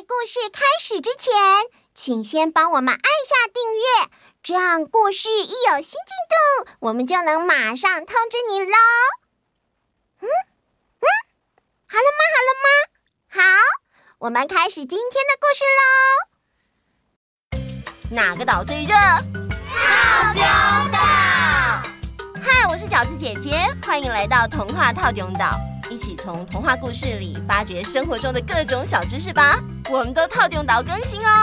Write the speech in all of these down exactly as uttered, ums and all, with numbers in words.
故事开始之前，请先帮我们按下订阅，这样故事一有新进度，我们就能马上通知你咯。嗯嗯，好了吗？好了吗？好，我们开始今天的故事咯。 哪个岛最热？ 套丁岛。 嗨，我是饺子姐姐，欢迎来到童话套丁岛，一起从童话故事里发掘生活中的各种小知识吧。我们都套丁岛更新哦。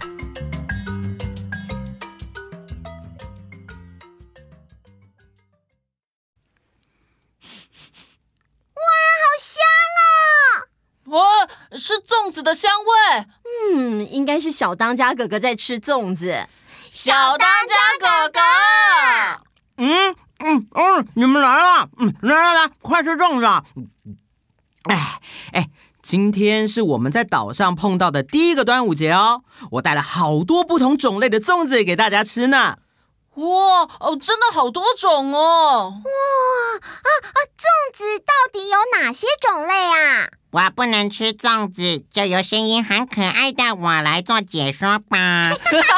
哇，好香哦！ 哇，是粽子的香味。 嗯，应该是小当家哥哥在吃粽子。 小当家哥哥， 嗯嗯嗯，你们来了，嗯，来来来，快吃粽子啊！哎哎，今天是我们在岛上碰到的第一个端午节哦，我带了好多不同种类的粽子给大家吃呢。 哇哦，真的好多种哦！ 哇啊啊！粽子到底有哪些种类啊？ 我不能吃粽子，就由声音很可爱的我来做解说吧。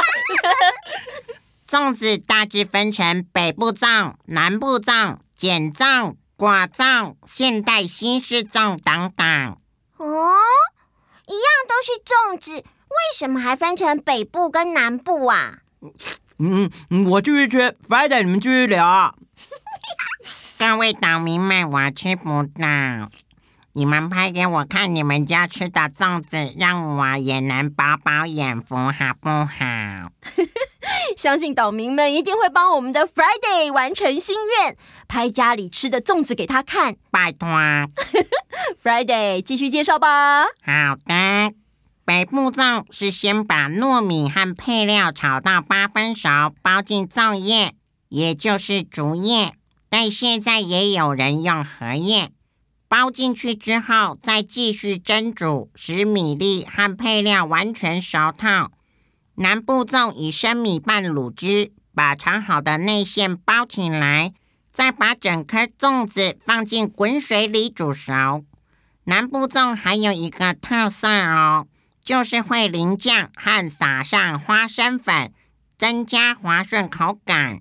粽子大致分成北部粽、南部粽、碱粽、果粽、现代西式粽等等。 哦，一样都是粽子，为什么还分成北部跟南部啊？ 嗯嗯，我继续吃 ，Friday 你们继续聊啊。 各位岛民们，我吃不到，你们拍给我看你们家吃的粽子，让我也能饱饱眼福，好不好？ 相信岛民们一定会帮我们的 Friday 完成心愿，拍家里吃的粽子给他看。 拜托。 Friday 继续介绍吧。 好的，北部粽是先把糯米和配料炒到八分熟，包进粽叶，也就是竹叶，但现在也有人用荷叶。包进去之后，再继续蒸煮，使米粒和配料完全熟透。南部粽以生米拌卤汁，把炒好的内馅包起来，再把整颗粽子放进滚水里煮熟。南部粽还有一个特色哦，就是会淋酱和撒上花生粉，增加滑顺口感。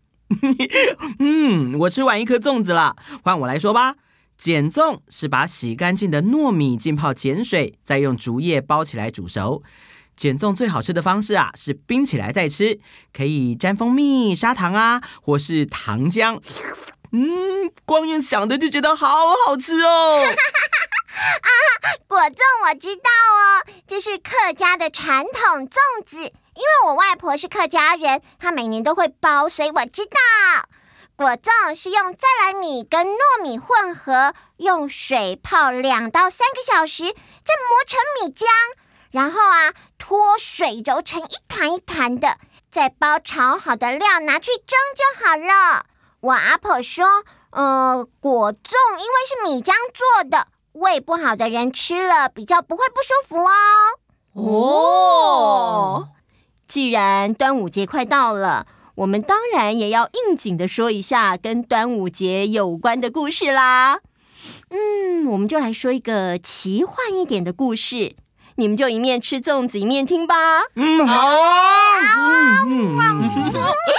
嗯，我吃完一颗粽子了，换我来说吧。碱粽是把洗干净的糯米浸泡碱水，再用竹叶包起来煮熟。碱粽最好吃的方式啊，是冰起来再吃，可以沾蜂蜜、砂糖啊，或是糖浆。嗯，光用想的就觉得好好吃哦。 啊，果粽我知道哦，这是客家的传统粽子，因为我外婆是客家人，她每年都会包，所以我知道。果粽是用再来米跟糯米混合，用水泡两到三个小时，再磨成米浆，然后啊脱水揉成一团一团的，再包炒好的料拿去蒸就好了。我阿婆说，呃，果粽因为是米浆做的，胃不好的人吃了比较不会不舒服哦。 哦，既然端午节快到了，我们当然也要应景的说一下跟端午节有关的故事啦。嗯，我们就来说一个奇幻一点的故事，你们就一面吃粽子一面听吧。 嗯，好啊。嗯嗯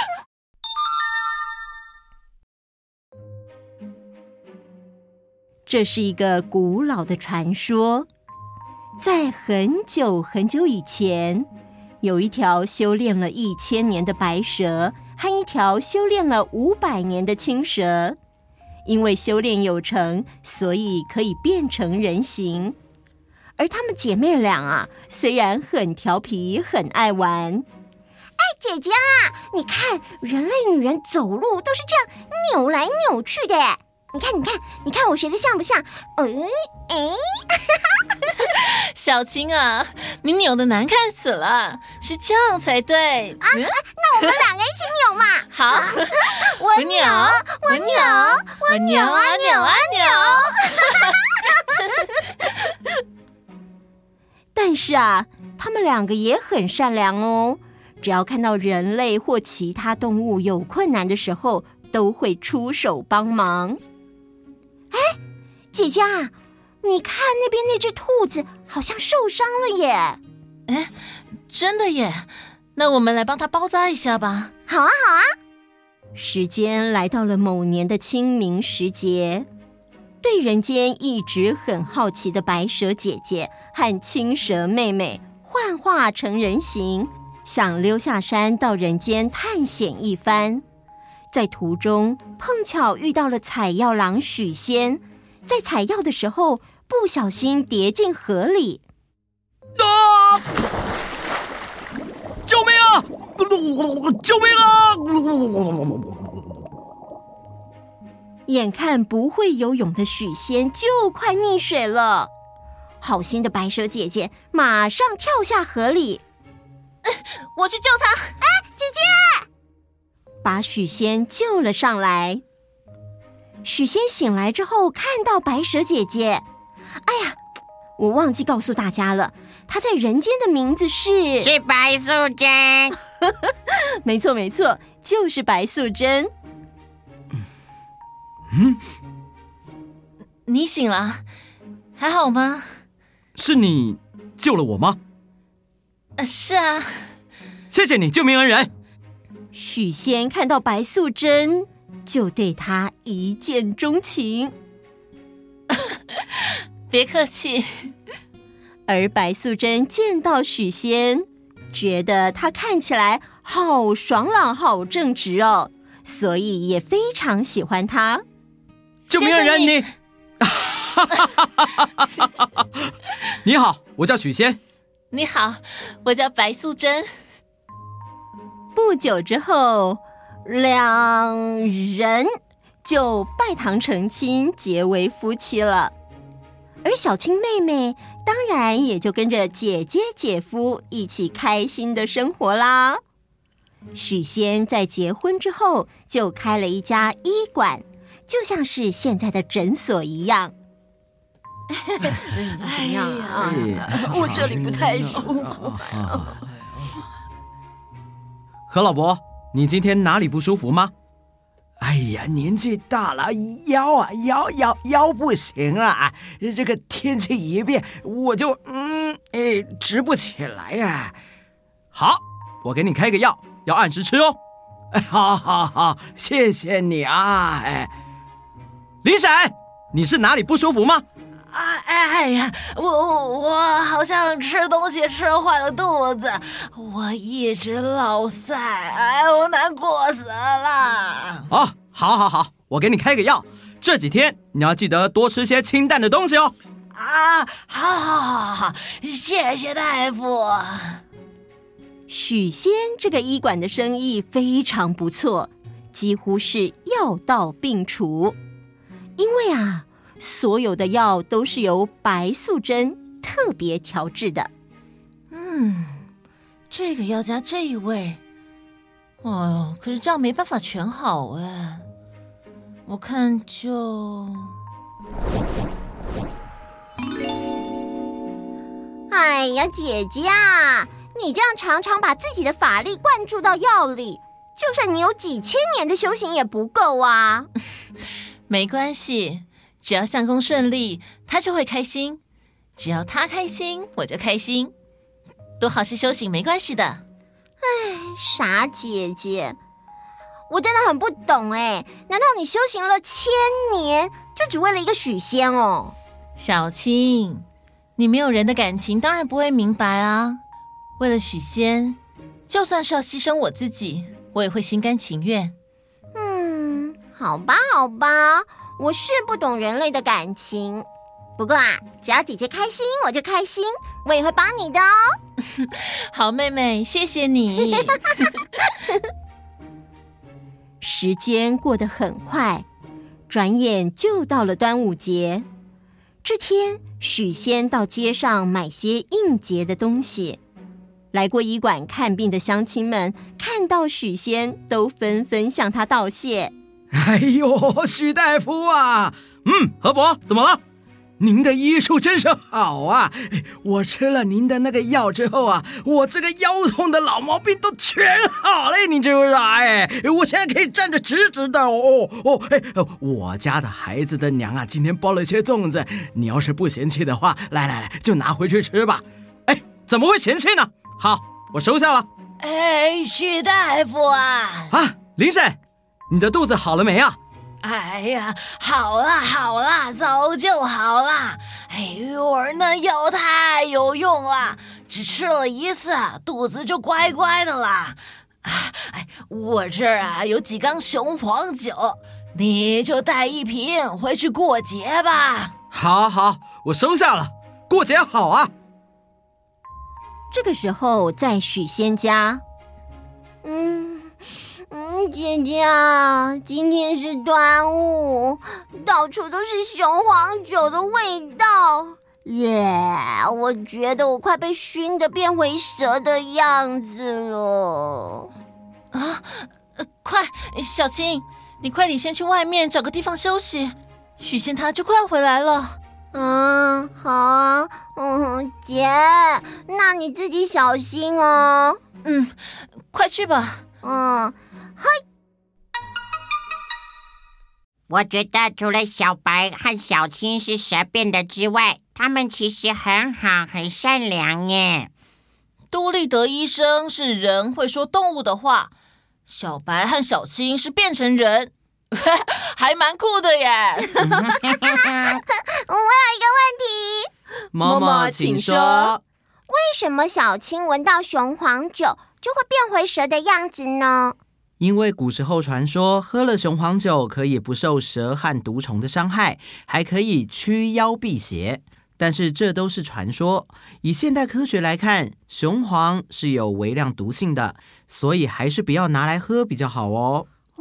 这是一个古老的传说，在很久很久以前，有一条修炼了一千年的白蛇和一条修炼了五百年的青蛇，因为修炼有成，所以可以变成人形。而她们姐妹俩啊，虽然很调皮，很爱玩。 哎，姐姐啊，你看，人类女人走路都是这样扭来扭去的耶。你看，你看，你看，我学的像不像？哎哎， 小青啊，你扭得难看死了，是这样才对。 啊，嗯、那我们两个一起扭嘛。 好， 我扭，我扭，我扭啊扭啊扭。但是啊，他们两个也很善良哦，只要看到人类或其他动物有困难的时候，都会出手帮忙。 哎，姐姐啊， 你看那边那只兔子好像受伤了耶。 哎，真的耶，那我们来帮它包扎一下吧。 好啊好啊。 时间来到了某年的清明时节，对人间一直很好奇的白蛇姐姐和青蛇妹妹幻化成人形，想溜下山到人间探险一番。在途中碰巧遇到了采药郎许仙，在采药的时候不小心跌进河里。 啊！救命啊！救命啊！ 眼看不会游泳的许仙就快溺水了，好心的白蛇姐姐马上跳下河里。 我去救他！ 哎，姐姐！ 把许仙救了上来。许仙醒来之后看到白蛇姐姐，哎呀，我忘记告诉大家了，她在人间的名字是是白素贞。 没错没错，就是白素贞。 嗯， 你醒了，还好吗？ 是你救了我吗？ 呃，是啊。 谢谢你，救命恩人。 许仙看到白素贞，就对她一见钟情。 别客气。 而白素贞见到许仙，觉得他看起来好爽朗好正直哦，所以也非常喜欢他。 救命恩人，你你好，我叫许仙。 你好，我叫白素贞。 不久之后，两人就拜堂成亲，结为夫妻了。而小青妹妹当然也就跟着姐姐姐夫一起开心的生活啦。许仙在结婚之后就开了一家医馆，就像是现在的诊所一样。怎么样啊？我这里不太舒服。 何老伯，你今天哪里不舒服吗？ 哎呀，年纪大了，腰啊腰腰腰不行了啊！这个天气一变，我就嗯哎直不起来呀、啊。 好，我给你开个药，要按时吃哦。 哎，好好好，谢谢你啊！哎， 林闪，你是哪里不舒服吗？ 啊，哎呀，我我好像吃东西吃坏了肚子，我一直落腮，哎，我难过死了。 哦，好好好，我给你开个药，这几天你要记得多吃些清淡的东西哦。 啊，好好好好，谢谢大夫。 许仙这个医馆的生意非常不错，几乎是药到病除，因为啊。所有的药都是由白素贞特别调制的。 嗯，这个要加这一味，哦，可是这样没办法全好哎。我看就…… 哎呀，姐姐啊，你这样常常把自己的法力灌注到药里，就算你有几千年的修行也不够啊。 没关系。只要相公顺利，他就会开心；只要他开心，我就开心。多好是修行没关系的。 哎，傻姐姐，我真的很不懂哎，难道你修行了千年，就只为了一个许仙哦？ 小青，你没有人的感情，当然不会明白啊。为了许仙，就算是要牺牲我自己，我也会心甘情愿。 嗯，好吧，好吧。我是不懂人类的感情，不过啊，只要姐姐开心，我就开心，我也会帮你的哦。 好妹妹，谢谢你。 时间过得很快，转眼就到了端午节。这天，许仙到街上买些应节的东西。来过医馆看病的乡亲们看到许仙，都纷纷向他道谢。 哎呦，许大夫啊！ 嗯，何伯怎么了？ 您的医术真是好啊！我吃了您的那个药之后啊，我这个腰痛的老毛病都全好了，你知不知道？哎，我现在可以站得直直的哦哦！哎，我家的孩子的娘啊，今天包了一些粽子，你要是不嫌弃的话，来来来，就拿回去吃吧。哎，怎么会嫌弃呢？好，我收下了。 哎，许大夫啊！ 啊，林婶，你的肚子好了没啊？ 哎呀，好啦好啦，早就好啦。哎呦，我那药太有用了，只吃了一次，肚子就乖乖的啦。哎，我这儿啊有几缸雄黄酒，你就带一瓶回去过节吧。 好好，我收下了，过节好啊。 这个时候，在许仙家， 嗯。嗯，姐姐啊，今天是端午，到处都是雄黄酒的味道。耶，我觉得我快被熏得变回蛇的样子了。 啊，呃、快，小青，你快点先去外面找个地方休息，许仙他就快要回来了。 嗯，好啊，嗯，姐，那你自己小心哦。 嗯，快去吧。 嗯。嗨， 我觉得除了小白和小青是蛇变的之外，他们其实很好很善良耶。 杜立德医生是人会说动物的话，小白和小青是变成人，还蛮酷的耶。 我有一个问题， 嬷嬷请说， 为什么小青闻到雄黄酒就会变回蛇的样子呢？ 因为古时候传说，喝了雄黄酒可以不受蛇和毒虫的伤害，还可以驱妖辟邪。但是这都是传说，以现代科学来看，雄黄是有微量毒性的，所以还是不要拿来喝比较好哦。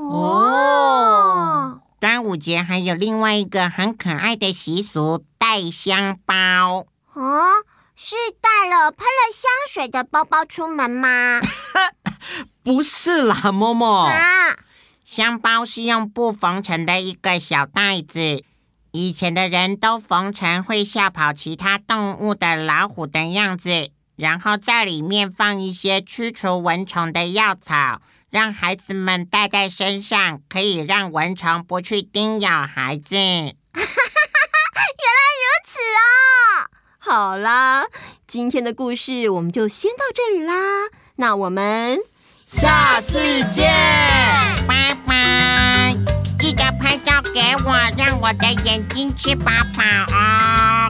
哦， 端午节还有另外一个很可爱的习俗，带香包。 啊，是带了喷了香水的包包出门吗？ 不是啦，嬷嬷。 啊， 香包是用布缝成的一个小袋子，以前的人都缝成会吓跑其他动物的老虎的样子，然后在里面放一些驱除蚊虫的药草，让孩子们带在身上，可以让蚊虫不去叮咬孩子。原来如此哦！ 好啦，今天的故事我们就先到这里啦。那我们下次见， 拜拜！记得拍照给我，让我的眼睛吃饱饱哦。